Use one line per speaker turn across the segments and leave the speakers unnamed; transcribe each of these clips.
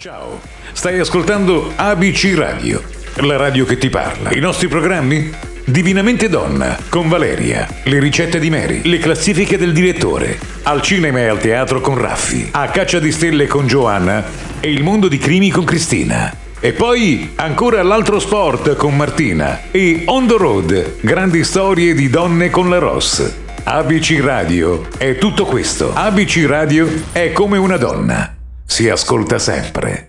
Ciao, stai ascoltando ABC Radio, la radio che ti parla. I nostri programmi? Divinamente Donna, con Valeria, le ricette di Mary, le classifiche del direttore, al cinema e al teatro con Raffi, a caccia di stelle con Giovanna e il mondo di crimi con Cristina. E poi ancora l'altro sport con Martina e On the Road, grandi storie di donne con la Ross. ABC Radio è tutto questo. ABC Radio è come una donna. Si ascolta sempre.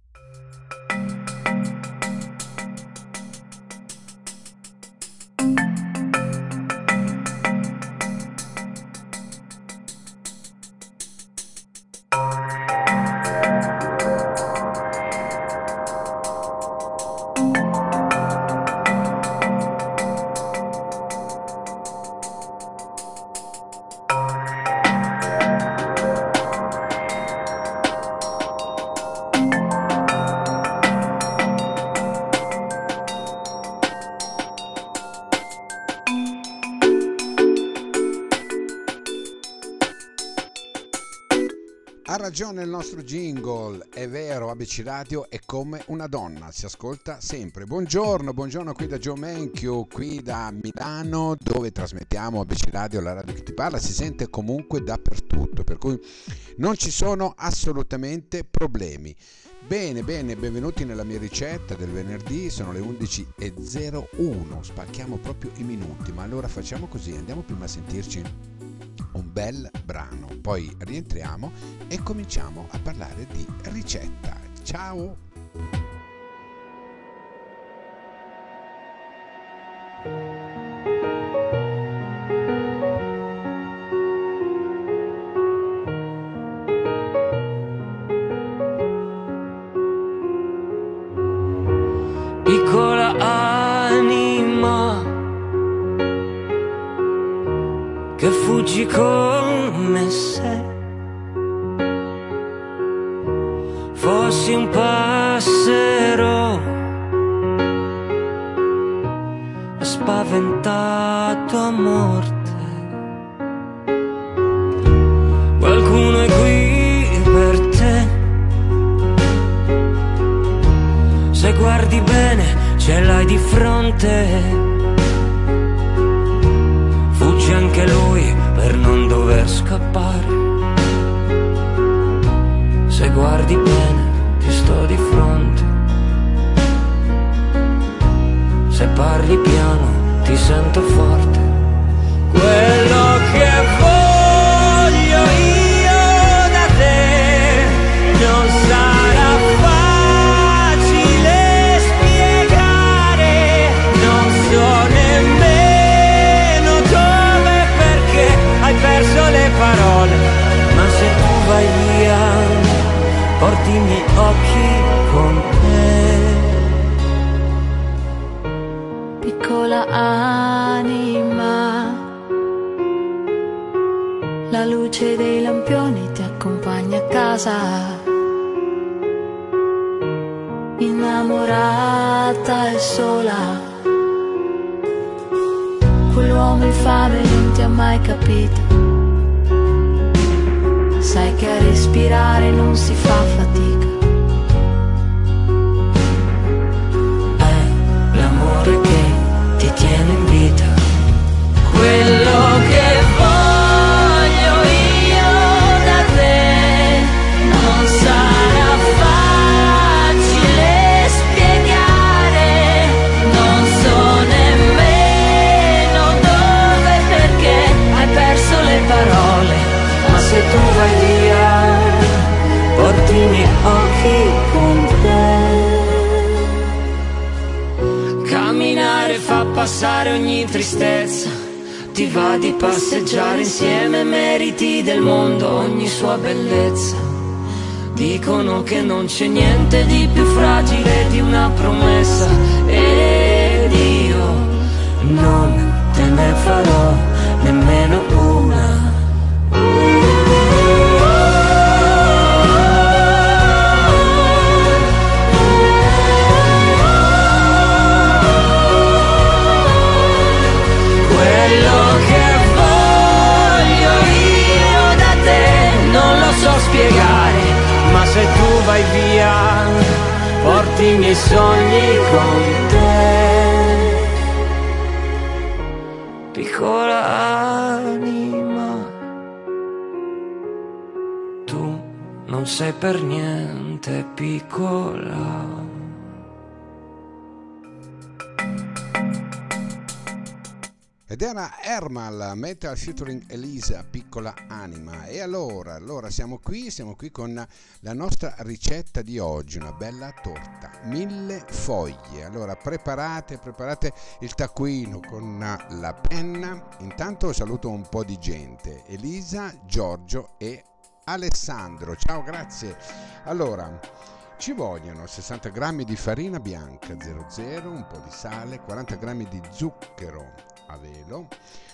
Ha ragione il nostro jingle, è vero, ABC Radio è come una donna, si ascolta sempre. Buongiorno qui da Gio Menchio, qui da Milano, dove trasmettiamo ABC Radio, la radio che ti parla, si sente comunque dappertutto, per cui non ci sono assolutamente problemi. Bene, benvenuti nella mia ricetta del venerdì, sono le 11:01, spacchiamo proprio i minuti, ma allora facciamo così, andiamo prima a sentirci un bel brano, poi rientriamo e cominciamo a parlare di ricetta. Ciao!
Piccola anima che fuggi come se fossi un passero spaventato a morte. Qualcuno è qui per te, se guardi bene ce l'hai di fronte. Fugge anche lui per non dover scappare. Se guardi bene ti sto di fronte. Se parli piano ti sento forte. Quello che voglio io da te non sarà facile spiegare. Non so nemmeno dove, perché hai perso le parole. Ma se tu vai via porti i miei occhi con te.
Piccola anima, la luce dei lampioni ti accompagna a casa. Innamorata e sola, quell'uomo infame non ti ha mai capito. Sai che a respirare non si fa fatica. È l'amore che ti tiene in vita. Quello che voglio io da te non sarà facile spiegare. Non so nemmeno dove, perché hai perso le parole. Ma se tu vai via porti i miei occhi con te. Camminare fa passare ogni tristezza. Ti va di passeggiare insieme, meriti del mondo ogni sua bellezza. Dicono che non c'è niente di più fragile di una promessa, ed io non te ne farò nemmeno una.
Se tu vai via
tutti i miei sogni con te. Piccola anima, tu non sei per niente piccola.
Ed era Ermal, Metal featuring Elisa, Piccola Anima. E allora siamo qui con la nostra ricetta di oggi, una bella torta, 1000 foglie. Allora preparate il taccuino con la penna. Intanto saluto un po' di gente: Elisa, Giorgio e Alessandro. Ciao, grazie. Allora, ci vogliono 60 grammi di farina bianca 00, un po' di sale, 40 grammi di zucchero a velo,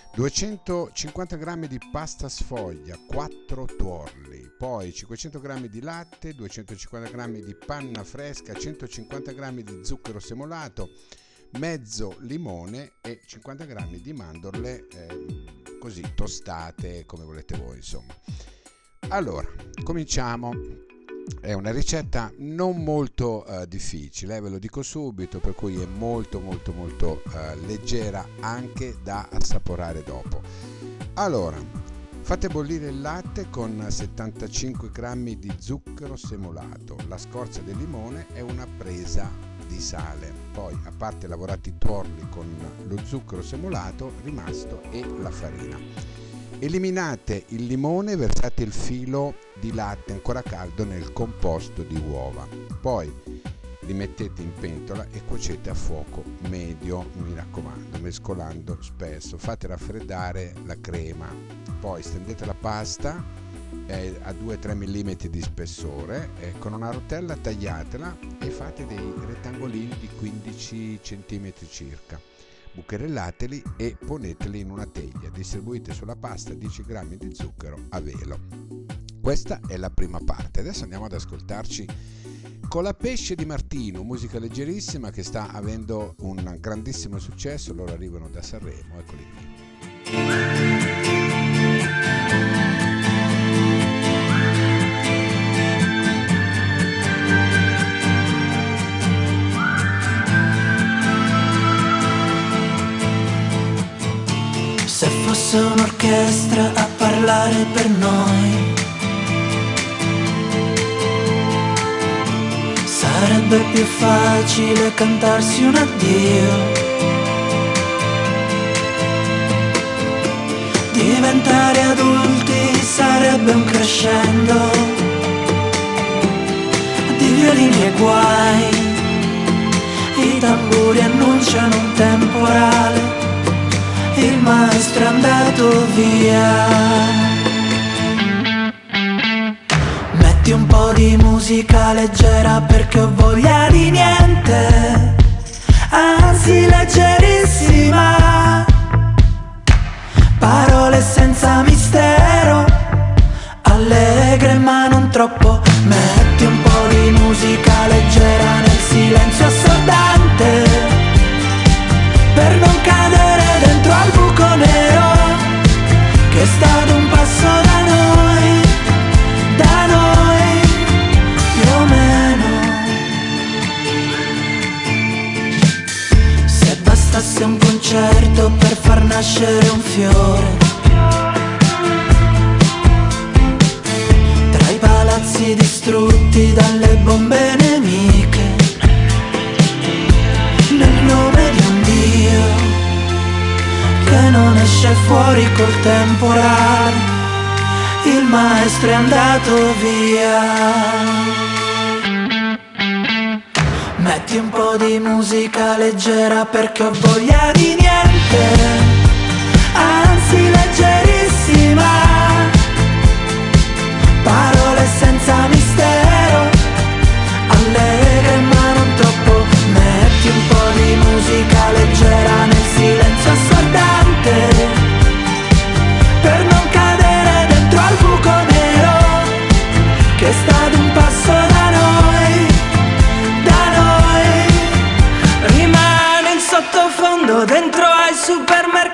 250 grammi di pasta sfoglia, 4 tuorli, poi 500 grammi di latte, 250 grammi di panna fresca, 150 grammi di zucchero semolato, mezzo limone e 50 grammi di mandorle così tostate come volete voi, insomma. Allora, cominciamo. È una ricetta non molto difficile, ve lo dico subito, per cui è molto leggera anche da assaporare dopo. Allora, fate bollire il latte con 75 grammi di zucchero semolato, la scorza del limone e una presa di sale. Poi, a parte lavorate i tuorli con lo zucchero semolato rimasto e la farina. Eliminate il limone e versate il filo di latte ancora caldo nel composto di uova. Poi li mettete in pentola e cuocete a fuoco medio, mi raccomando, mescolando spesso. Fate raffreddare la crema. Poi stendete la pasta a 2-3 mm di spessore, con una rotella tagliatela e fate dei rettangolini di 15 cm circa. Bucherellateli e poneteli in una teglia. Distribuite sulla pasta 10 grammi di zucchero a velo. Questa è la prima parte. Adesso andiamo ad ascoltarci Colapesce di Martino, musica leggerissima che sta avendo un grandissimo successo. Loro arrivano da Sanremo, eccoli qui.
Se fosse un'orchestra a parlare per noi, sarebbe più facile cantarsi un addio. Diventare adulti sarebbe un crescendo di violini e guai. I tamburi annunciano un temporale, il maestro è andato via. Metti un po' di musica leggera perché ho voglia di niente, anzi leggerissima. Parole senza mistero, allegre ma non troppo. Metti un po' di musica leggera nel silenzio assordante, per non cadere dentro al buco nero che sta ad un passo da noi più o meno. Se bastasse un concerto per far nascere un fiore, tra i palazzi distrutti dalle bombe nemiche, nel nome di un Dio che non esce fuori col temporale, il maestro è andato via. Metti un po' di musica leggera perché ho voglia di niente, anzi leggerissima. Parole senza mistero, allegre ma non troppo. Metti un po' di musica leggera nel silenzio assordante, per non cadere dentro al buco nero che sta ad un passo da noi. Rimane in sottofondo dentro ai supermercati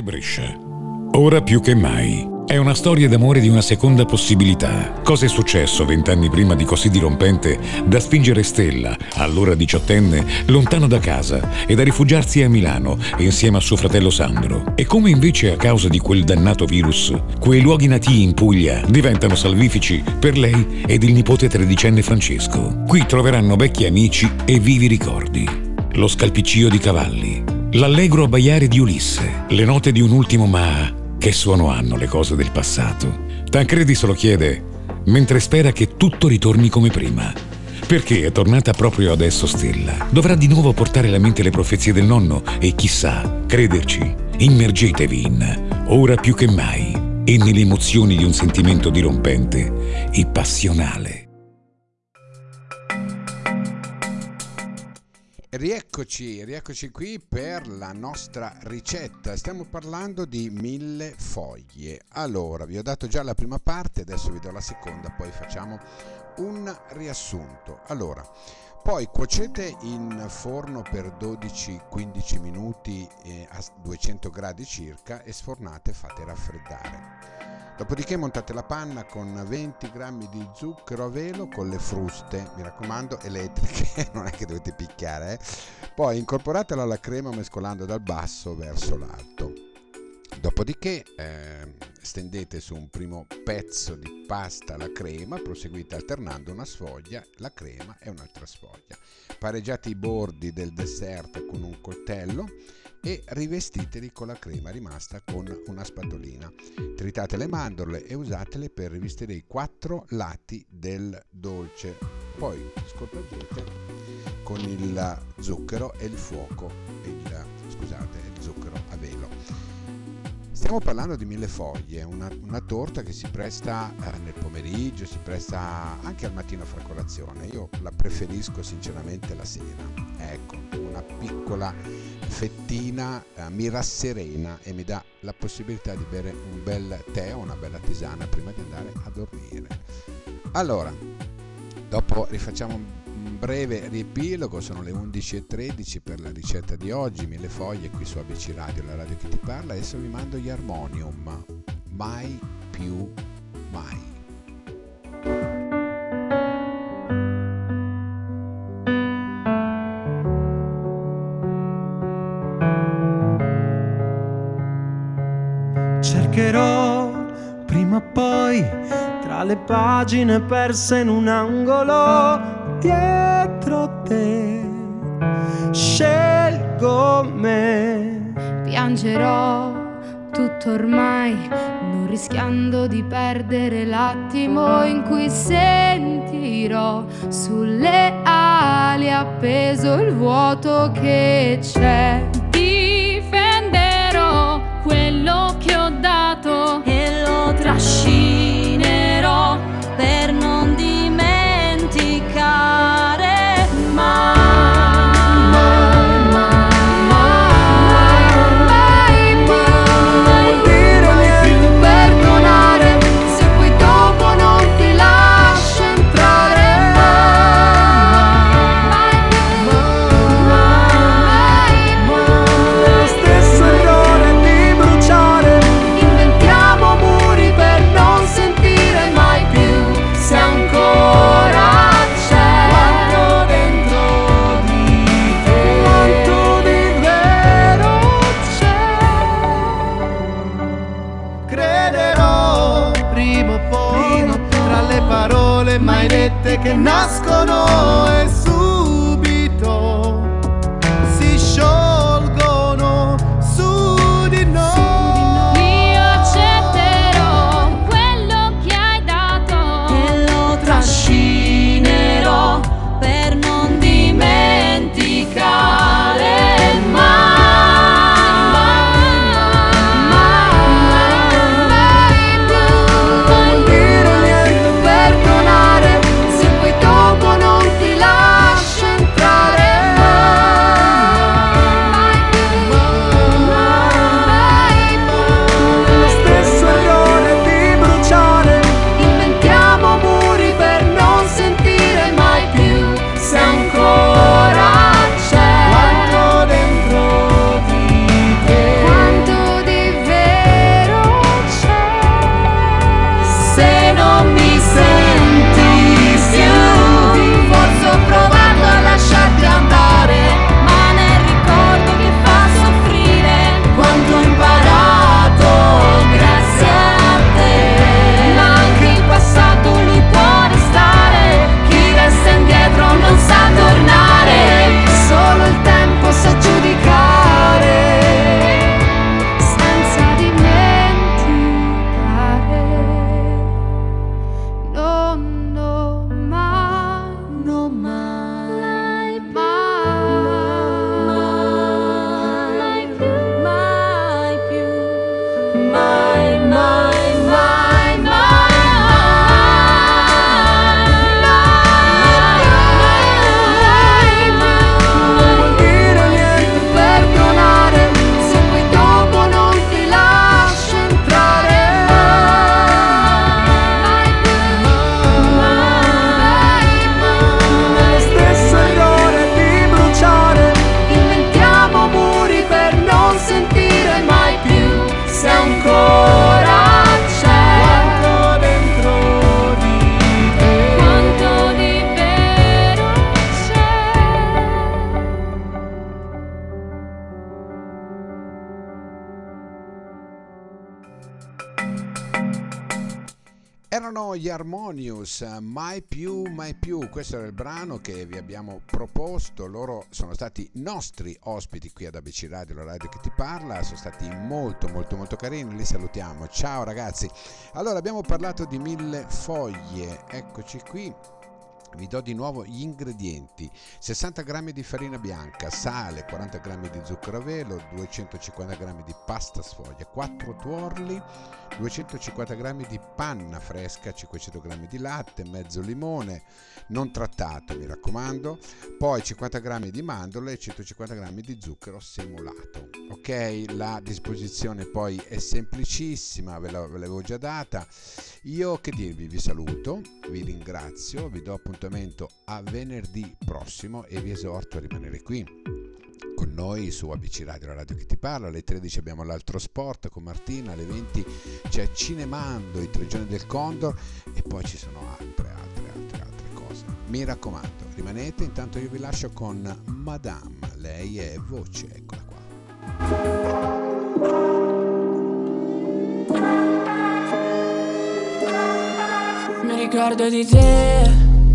Brescia. Ora più che mai. È una storia d'amore di una seconda possibilità. Cosa è successo 20 anni prima di così dirompente da spingere Stella, allora 18enne, lontano da casa e da rifugiarsi a Milano insieme a suo fratello Sandro? E come invece a causa di quel dannato virus, quei luoghi natii in Puglia diventano salvifici per lei ed il nipote 13enne Francesco. Qui troveranno vecchi amici e vivi ricordi. Lo scalpiccio di cavalli, l'allegro abbaiare di Ulisse, le note di un ultimo ma... Che suono hanno le cose del passato? Tancredi se lo chiede, mentre spera che tutto ritorni come prima. Perché è tornata proprio adesso Stella? Dovrà di nuovo portare alla mente le profezie del nonno e chissà, crederci, immergetevi in Ora più che mai e nelle emozioni di un sentimento dirompente e passionale.
Rieccoci qui per la nostra ricetta. Stiamo parlando di millefoglie. Allora, vi ho dato già la prima parte, adesso vi do la seconda, poi facciamo un riassunto. Allora, poi cuocete in forno per 12-15 minuti a 200 gradi circa e sfornate e fate raffreddare. Dopodiché montate la panna con 20 grammi di zucchero a velo con le fruste, mi raccomando elettriche, non è che dovete picchiare. Poi incorporatela alla crema mescolando dal basso verso l'alto. Dopodiché stendete su un primo pezzo di pasta la crema, proseguite alternando una sfoglia, la crema e un'altra sfoglia. Pareggiate i bordi del dessert con un coltello e rivestiteli con la crema rimasta con una spatolina. Tritate le mandorle e usatele per rivestire i 4 lati del dolce. Poi scorpaggiate con il zucchero e il fuoco, il zucchero a velo. Stiamo parlando di millefoglie, una torta che si presta nel pomeriggio, si presta anche al mattino a fare colazione. Io la preferisco sinceramente la sera. Ecco, una piccola fettina mi rasserena e mi dà la possibilità di bere un bel tè o una bella tisana prima di andare a dormire. Allora, dopo rifacciamo un breve riepilogo, sono le 11:13 per la ricetta di oggi, millefoglie qui su ABC Radio, la radio che ti parla. Adesso vi mando gli Harmonium, mai più mai.
Cercherò prima o poi tra le pagine perse in un angolo dietro te, scelgo me.
Piangerò tutto ormai, non rischiando di perdere l'attimo in cui sentirò sulle ali appeso il vuoto che c'è. Difenderò quello che ho dato
e lo trascinerò per non dimenticare mai.
Che nascono e subito si sciolgono su di noi.
Io accetterò quello che hai dato
e lo trascinerò per non dimenticare mai.
Non dire niente, perdonare. Dopo non ti lascio
Erano gli Harmonious, Mai più, questo era il brano che vi abbiamo proposto, loro sono stati nostri ospiti qui ad ABC Radio, la radio che ti parla, sono stati molto carini, li salutiamo, ciao ragazzi. Allora abbiamo parlato di Millefoglie, eccoci qui. Vi do di nuovo gli ingredienti: 60 g di farina bianca, sale, 40 g di zucchero a velo, 250 g di pasta sfoglia, 4 tuorli, 250 g di panna fresca, 500 g di latte, mezzo limone non trattato, mi raccomando, poi 50 g di mandorle e 150 g di zucchero semolato. Ok, la disposizione poi è semplicissima, ve l'avevo già data. Io che dirvi, vi saluto, vi ringrazio, vi do appuntamento a venerdì prossimo e vi esorto a rimanere qui con noi su ABC Radio, la radio che ti parla. Alle 13 abbiamo l'altro sport con Martina, alle 20 c'è Cinemando, i 3 giorni del Condor, e poi ci sono altre cose. Mi raccomando, rimanete, intanto io vi lascio con Madame, lei è voce, eccola qua.
Mi ricordo di te,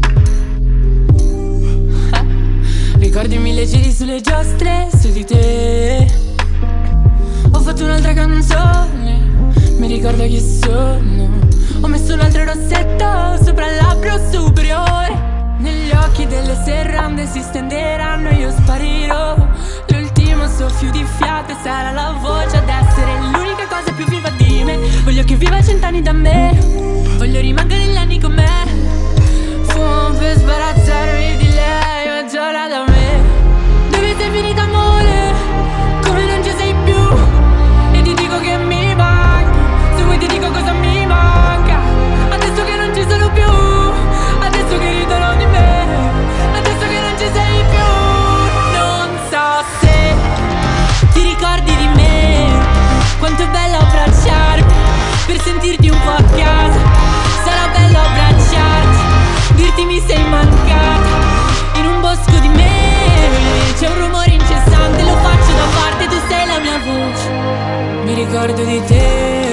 ricordi mille giri sulle giostre su di te. Ho fatto un'altra canzone, mi ricordo chi sono. Ho messo un altro rossetto sopra il labbro superiore. Negli occhi delle serrande si stenderanno e io sparirò. L'ultimo soffio di fiato sarà la voce ad essere l'unica cosa più viva di me. Voglio che viva 100 anni da me, voglio rimanere negli anni con me. Fumo per sbarazzarmi di lei, ma giora da me. Dove sei finita amore? Come non ci sei più? E ti dico che mi manchi, se vuoi ti dico cosa mi manca. Adesso che non ci sono più, adesso che ridono di me, adesso che non ci sei più. Non so se ti ricordi di me, quanto è bello abbracciarmi per sentirti un po' a casa. Sarà bello abbracciarti, dirti mi sei mancata. In un bosco di me c'è un rumore incessante, lo faccio da parte, tu sei la mia voce. Mi ricordo di te,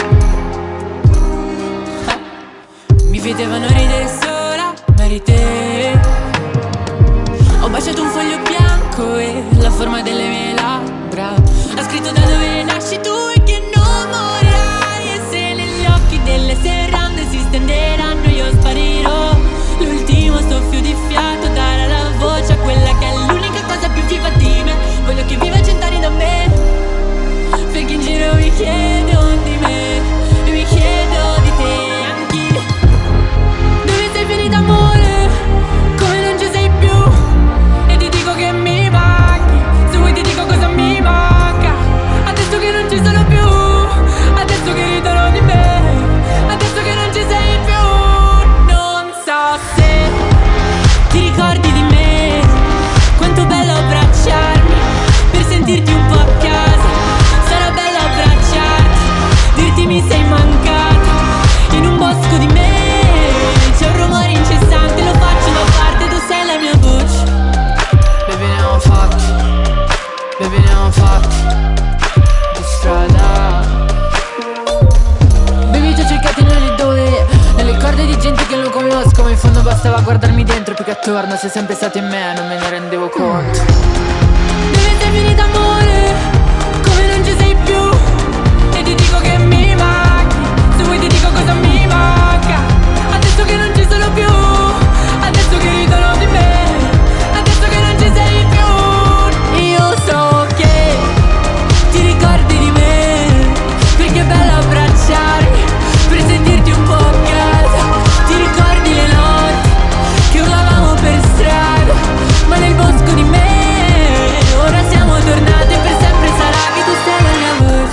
mi vedevano ridere sola, ma eri te. Ho baciato un foglio bianco e la forma delle mie labbra ha scritto da dove nasci tu e che non morirai. E se negli occhi delle serrande si stenderanno io sparirò. L'ultimo soffio di fiato darà la voce a quella che è l'unica cosa più viva di me. Voglio che viva 100 anni da me, perché in giro mi chiedo di me e mi chiedo di te anch'io. Dove sei finita amore? Come non ci sei più? E ti dico che mi manchi, se vuoi ti dico cosa mi manca. Adesso che non ci sono più, adesso che ridono di me, adesso che non ci sei più. Non so se ti ricordi di me, quanto bello abbracciarmi per sentirti un po' a casa. Sarà bello abbracciarti, dirti mi sei mancata. In un bosco di me c'è un rumore incessante, lo faccio da parte, tu sei la mia voce. Baby ne ho fatti, baby ne ho fatti di strada. Baby ti ho cercati nelle dove, nelle corde di gente che non conosco, ma in fondo bastava guardarmi dentro più che attorno. Sei sempre stato in me, non me ne rendevo conto. Dove sei finita amore? Come non ci sei più? E ti dico che mi manchi, se vuoi ti dico cosa mi manca. Adesso che non ci sono più, adesso che ridono di me, adesso che non ci sei più. Io so che ti ricordi di me, perché è bello abbracciarmi per sentirti un po' a casa. Ti ricordi le notti che urlavamo per strada, ma nel bosco di me ora siamo tornati e per sempre sarà che tu sei la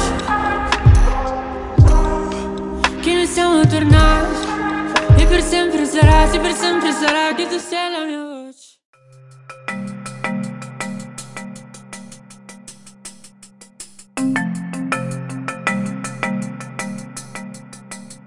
mia voce. Che noi siamo tornati e per sempre sarà, sì per sempre sarà che tu sei la mia voce.